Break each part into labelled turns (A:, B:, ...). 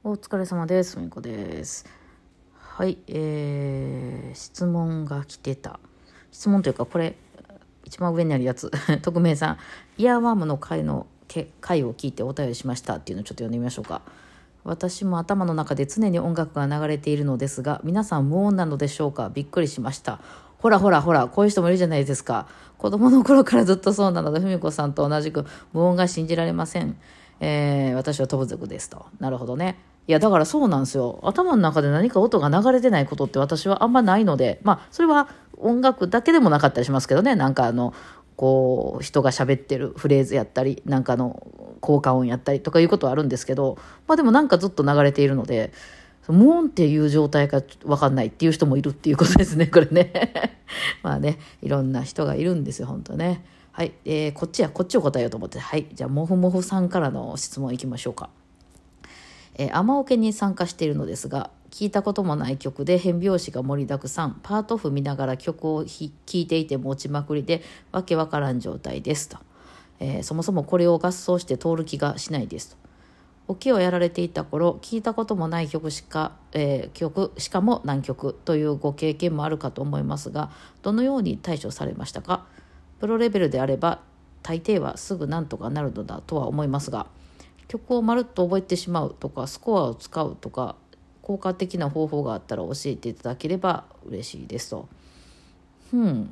A: お疲れ様です。みこです。はい、質問が来てた。質問というか、これ、一番上にあるやつ。匿名さん。イヤーワームの回を聞いてお便りしましたっていうのをちょっと読んでみましょうか。私も頭の中で常に音楽が流れているのですが、皆さん無音なのでしょうか？びっくりしました。ほら、こういう人もいるじゃないですか。子供の頃からずっとそうなので、ふみこさんと同じく無音が信じられません。私は飛ぶ族ですと。なるほどね。いや、だからそうなんですよ。頭の中で何か音が流れてないことって私はあんまないので、それは音楽だけでもなかったりしますけどね。人が喋ってるフレーズやったり、効果音やったりとかいうことはあるんですけど、でもずっと流れているので、無音っていう状態か分かんないっていう人もいるっていうことですね、これね。いろんな人がいるんですよ、本当ね。はい、こっちを答えようと思って。はい、じゃあ、もふもふさんからの質問いきましょうか。雨オケに参加しているのですが、聞いたこともない曲で変拍子が盛りだくさん、パート譜見ながら曲を聴いていても落ちまくりでわけわからん状態ですと。そもそもこれを合奏して通る気がしないですと。オケをやられていた頃、聞いたこともない曲しかも難曲というご経験もあるかと思いますが、どのように対処されましたか？プロレベルであれば大抵はすぐなんとかなるのだとは思いますが、曲をまるっと覚えてしまうとか、スコアを使うとか、効果的な方法があったら教えていただければ嬉しいですと。うん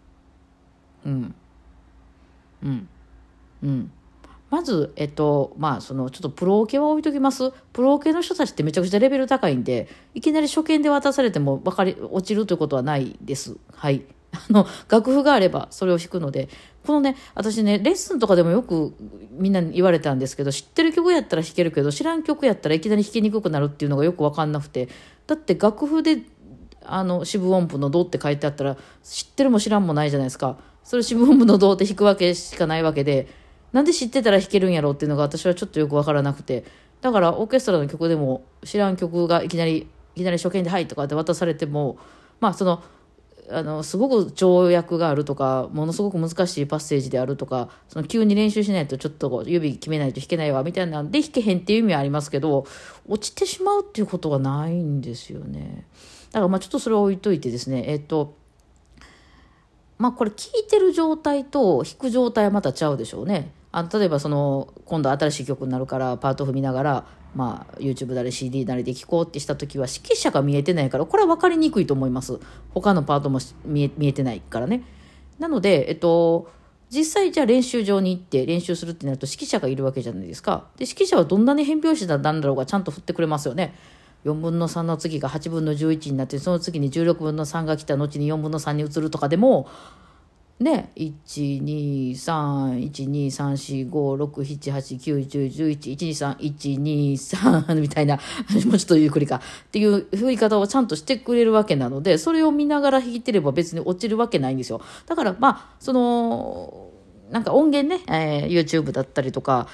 A: まず、ちょっとプロオケは置いときます。プロオケの人たちってめちゃくちゃレベル高いんで、いきなり初見で渡されても落ちるということはないです。はい。楽譜があればそれを弾くので、私ね、レッスンとかでもよくみんなに言われたんですけど、知ってる曲やったら弾けるけど、知らん曲やったらいきなり弾きにくくなるっていうのがよくわかんなくて、だって楽譜で四分音符のドって書いてあったら、知ってるも知らんもないじゃないですか。それ四分音符のドって弾くわけしかないわけで、なんで知ってたら弾けるんやろうっていうのが私はちょっとよくわからなくて、だからオーケストラの曲でも知らん曲がいきなり初見ではいとかって渡されても、すごく跳躍があるとか、ものすごく難しいパッセージであるとか、急に練習しないとちょっと指決めないと弾けないわみたいなんで弾けへんっていう意味はありますけど、落ちてしまうっていうことがないんですよね。だからちょっとそれを置いといてですね、これ聴いてる状態と弾く状態はまたちゃうでしょうね。例えば今度新しい曲になるからパート踏みながら、YouTube なり CD なりで聴こうってした時は指揮者が見えてないから、これは分かりにくいと思います。他のパートも見えてないからね。なので、実際じゃあ練習場に行って練習するってなると指揮者がいるわけじゃないですか。で、指揮者はどんなに変拍子なんだろうがちゃんと振ってくれますよね。4分の3の次が8分の11になって、その次に16分の3が来た後に4分の3に移るとかでもね、123123456789101112123みたいなもうちょっとゆっくりかっていう振り方をちゃんとしてくれるわけなので、それを見ながら弾いてれば別に落ちるわけないんですよ。だから音源ね、YouTube だったりとか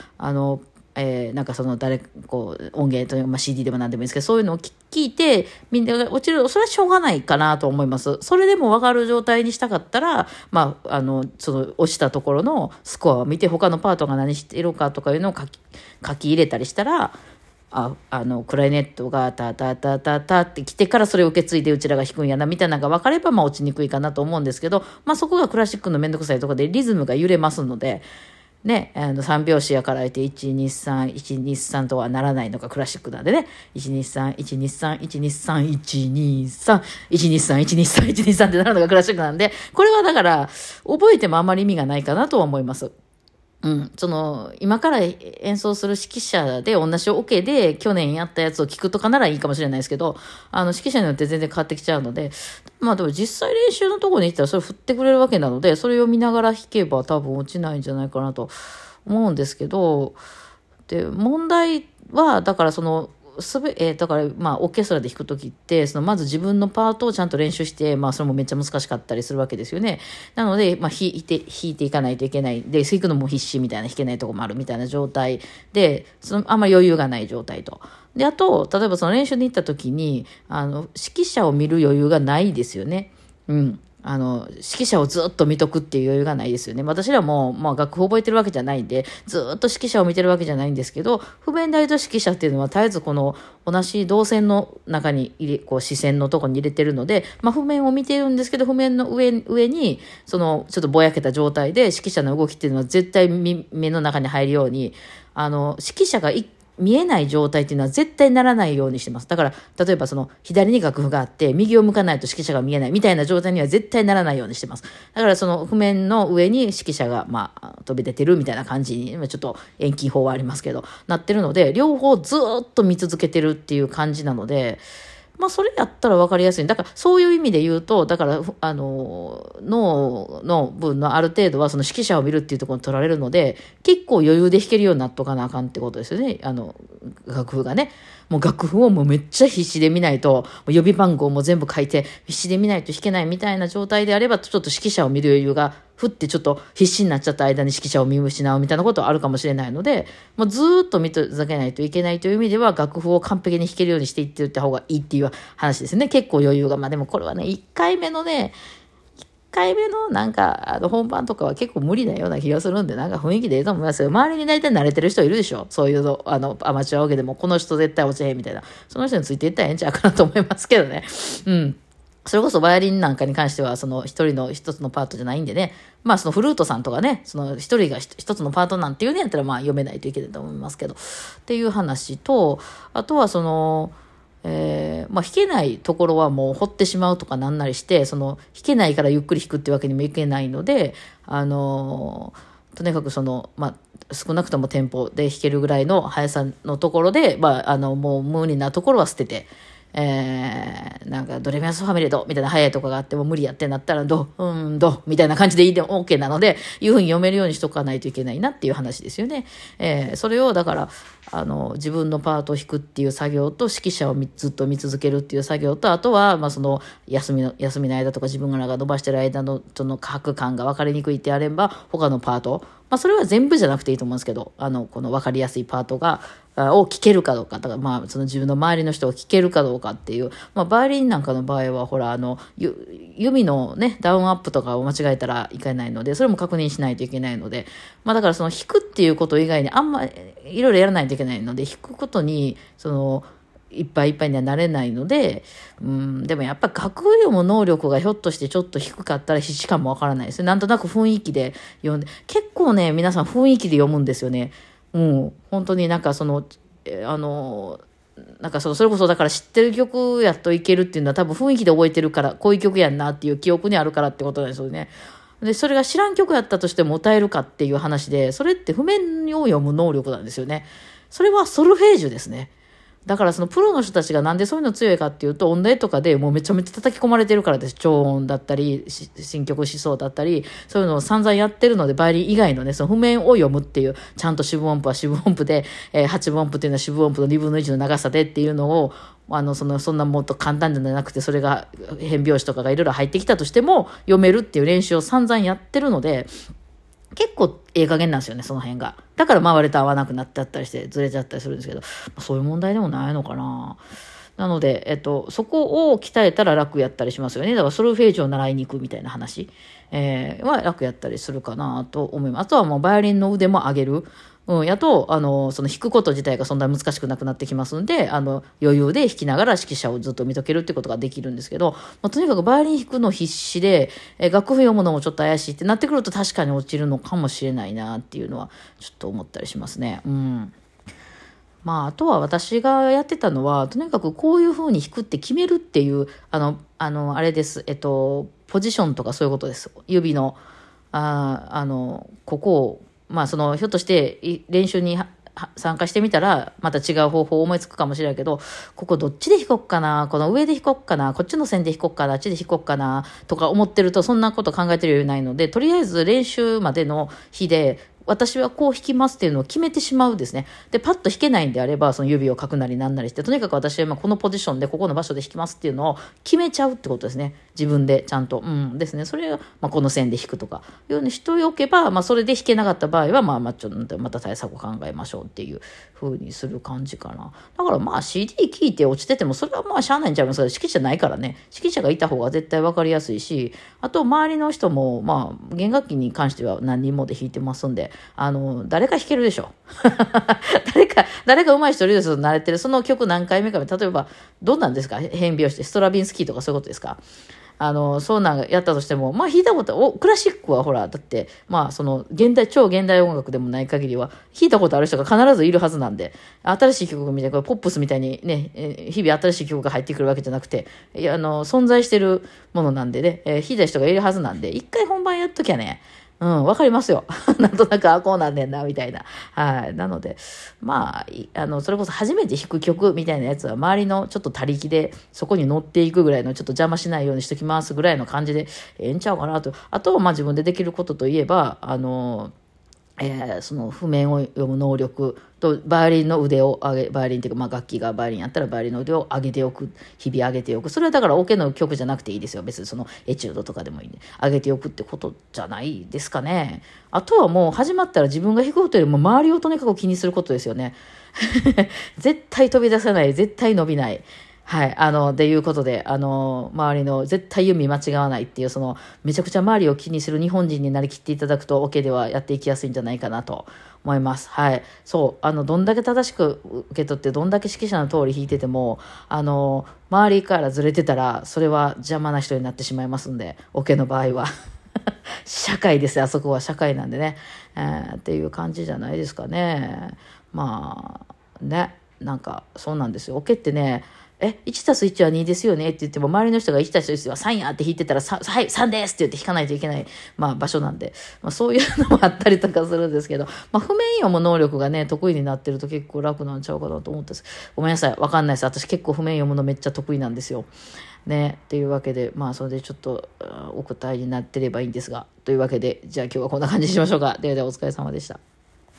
A: 音源という、CD でも何でもいいですけど、そういうのを聞いてみんなが落ちる、それはしょうがないかなと思います。それでも分かる状態にしたかったら、落ちたところのスコアを見て、他のパートが何しているかとかいうのを書き入れたりしたら、クラリネットがタタタタタって来てからそれを受け継いでうちらが弾くんやなみたいなのが分かれば落ちにくいかなと思うんですけど、そこがクラシックのめんどくさいところでリズムが揺れますのでね、3拍子やから言って123とはならないのがクラシックなんでね、123ってなるのがクラシックなんで、これはだから覚えてもあまり意味がないかなとは思います。今から演奏する指揮者で同じオケで去年やったやつを聞くとかならいいかもしれないですけど、指揮者によって全然変わってきちゃうので、でも実際練習のところに行ったらそれ振ってくれるわけなので、それを見ながら弾けば多分落ちないんじゃないかなと思うんですけど、で、問題は、だからだからオーケストラで弾くときって、まず自分のパートをちゃんと練習して、それもめっちゃ難しかったりするわけですよね。なので、弾いていかないといけない。で、弾くのも必死みたいな、弾けないとこもあるみたいな状態で、あんまり余裕がない状態と。で、あと、例えば練習に行ったときに、指揮者を見る余裕がないですよね。 指揮者をずっと見とくっていう余裕がないですよね。私らも、楽譜覚えてるわけじゃないんで、ずっと指揮者を見てるわけじゃないんですけど、譜面台と指揮者っていうのは絶えずこの同じ動線の中に視線のとこに入れてるので、譜面を見てるんですけど、譜面の上に、ちょっとぼやけた状態で指揮者の動きっていうのは絶対目の中に入るように、指揮者が見えない状態っていうのは絶対ならないようにしてます。だから、例えば左に楽譜があって、右を向かないと指揮者が見えないみたいな状態には絶対ならないようにしてます。だから譜面の上に指揮者が、飛び出てるみたいな感じに、ちょっと遠近法はありますけど、なってるので、両方ずっと見続けてるっていう感じなので、それやったら分かりやすい。だから、そういう意味で言うと、だから、脳の分のある程度は、指揮者を見るっていうところに取られるので、結構余裕で弾けるようになっとかなあかんってことですよね。楽譜がね。もう楽譜をもうめっちゃ必死で見ないと、予備番号も全部書いて、必死で見ないと弾けないみたいな状態であれば、ちょっと指揮者を見る余裕が、ふってちょっと必死になっちゃった間に指揮者を見失うみたいなことはあるかもしれないので、もうずーっと見続けないといけないという意味では、楽譜を完璧に弾けるようにしていっていった方がいいっていう話ですね。結構余裕が。でもこれはね、1回目の本番とかは結構無理なような気がするんで、雰囲気でいいと思いますよ。周りに大体慣れてる人いるでしょ。そういうの、アマチュアオケでもこの人絶対落ちへんみたいな。その人についていったらええんちゃうかなと思いますけどね。うん。それこそバイオリンなんかに関しては、一つのパートじゃないんでね。フルートさんとかね、一人が一つのパートなんていうねやったら、読めないといけないと思いますけど。っていう話と、あとは弾けないところはもう掘ってしまうとかなんなりして、弾けないからゆっくり弾くってわけにもいけないので、とにかく少なくともテンポで弾けるぐらいの速さのところで、もう無理なところは捨てて、ドレミアソファミレドみたいな速いとこがあっても無理やってなったらドみたいな感じでいいでも OK なので、いうふうに読めるようにしとかないといけないなっていう話ですよね。それをだから自分のパートを弾くっていう作業と指揮者をずっと見続けるっていう作業と、あとは休みの間とか自分らが伸ばしてる間のその拍感が分かりにくいってあれば他のパート、それは全部じゃなくていいと思うんですけど、この分かりやすいパートを聞けるかどうか、だから自分の周りの人を聞けるかどうかっていう、バイオリンなんかの場合はほら指のねダウンアップとかを間違えたらいけないので、それも確認しないといけないので、だから弾くっていうこと以外にあんまいろいろやらないといけないので、弾くことにいっぱいいっぱいにはなれないので、でもやっぱ楽譜読む能力がひょっとしてちょっと低かったら必死感もわからないですね。なんとなく雰囲気で読んで、結構ね皆さん雰囲気で読むんですよね。本当にそれこそだから知ってる曲やっといけるっていうのは多分雰囲気で覚えてるから、こういう曲やんなっていう記憶にあるからってことなんですよね。で、それが知らん曲やったとしても歌えるかっていう話で、それって譜面を読む能力なんですよね。それはソルフェージュですね。だからプロの人たちがなんでそういうの強いかっていうと、音大とかでもうめちゃめちゃ叩き込まれてるからです。超音だったり、新曲思想だったり、そういうのを散々やってるので、バイオリン以外のね、譜面を読むっていう、ちゃんと四分音符は四分音符で、八分音符っていうのは四分音符の二分の一の長さでっていうのを、そんなもっと簡単じゃなくて、それが変拍子とかがいろいろ入ってきたとしても、読めるっていう練習を散々やってるので、結構加減なんですよね、その辺が。だから割れと合わなくなっちゃったりしてずれちゃったりするんですけど、そういう問題でもないのかな。なので、そこを鍛えたら楽やったりしますよね。だからソルフェージュを習いに行くみたいな話、は楽やったりするかなと思います。あとはもうバイオリンの腕も上げる。やと、弾くこと自体がそんなに難しくなくなってきますので、余裕で弾きながら指揮者をずっと見とけるってことができるんですけど、とにかくバイオリン弾くの必死で、楽譜読むのもちょっと怪しいってなってくると確かに落ちるのかもしれないなっていうのはちょっと思ったりしますね。あとは私がやってたのは、とにかくこういう風に弾くって決めるっていう、あれです。ポジションとかそういうことです。指の、ここを、ひょっとして練習に参加してみたら、また違う方法を思いつくかもしれないけど、ここどっちで弾こっかな、この上で弾こっかな、こっちの線で弾こっかな、あっちで弾こっかな、とか思ってると、そんなこと考えてる余裕ないので、とりあえず練習までの日で、 私はこう弾きますっていうのを決めてしまうですね。で、パッと弾けないんであれば、その指を書くなりなんなりして、とにかく私は今このポジションでここの場所で弾きますっていうのを決めちゃうってことですね。自分でちゃんと。ですね。それが、この線で弾くとか、いうようにしておけば、それで弾けなかった場合は、ちょっとまた対策を考えましょうっていう風にする感じかな。だからCD 聴いて落ちてても、それはしゃあないんちゃいますか。指揮者ないからね。指揮者がいた方が絶対わかりやすいし、あと周りの人も、弦楽器に関しては何人もで弾いてますんで、誰か弾けるでしょ。誰か上手い人いるですよ、慣れてる。その曲何回目か、例えば、どんなんですか変拍子で、ストラビンスキーとかそういうことですか。そうなんやったとしても、弾いたことクラシックはほら、だって、その、超現代音楽でもない限りは、弾いたことある人が必ずいるはずなんで、新しい曲みたいな、ポップスみたいにね、日々新しい曲が入ってくるわけじゃなくて、存在してるものなんでね、弾いた人がいるはずなんで、一回本番やっときゃね、わかりますよ。なんとなく、こうなんねんな、みたいな。はい。なので、それこそ初めて弾く曲みたいなやつは、周りのちょっと他力で、そこに乗っていくぐらいの、ちょっと邪魔しないようにしときますぐらいの感じで、ええんちゃうかなと。あと、自分でできることといえば、その譜面を読む能力とバイオリンの腕を上げ、バイオリンっていうか、楽器がバイオリンやったらバイオリンの腕を上げておく、日々上げておく。それはだからオケの曲じゃなくていいですよ。別にそのエチュードとかでもいいんで、上げておくってことじゃないですかね。あとはもう始まったら自分が弾くことよりも周りをとにかく気にすることですよね。絶対飛び出さない、絶対伸びない。はい。っていうことで、周りの絶対弓間違わないっていう、めちゃくちゃ周りを気にする日本人になりきっていただくと、オケではやっていきやすいんじゃないかなと思います。はい。そう。どんだけ正しく受け取って、どんだけ指揮者の通り弾いてても、周りからずれてたら、それは邪魔な人になってしまいますんで、オケの場合は。社会ですよ。あそこは社会なんでね。っていう感じじゃないですかね。なんか、そうなんですよ。オケってね、1たす1は2ですよねって言っても、周りの人が1たす1は3やって弾いてたら、はい、3ですって言って弾かないといけない、場所なんで、そういうのもあったりとかするんですけど、譜面読む能力がね、得意になってると結構楽なんちゃうかなと思ってです。ごめんなさい。わかんないです。私結構譜面読むのめっちゃ得意なんですよ。ね。っていうわけで、それでちょっと、お答えになってればいいんですが、というわけで、じゃあ今日はこんな感じにしましょうか。ではではお疲れ様でした。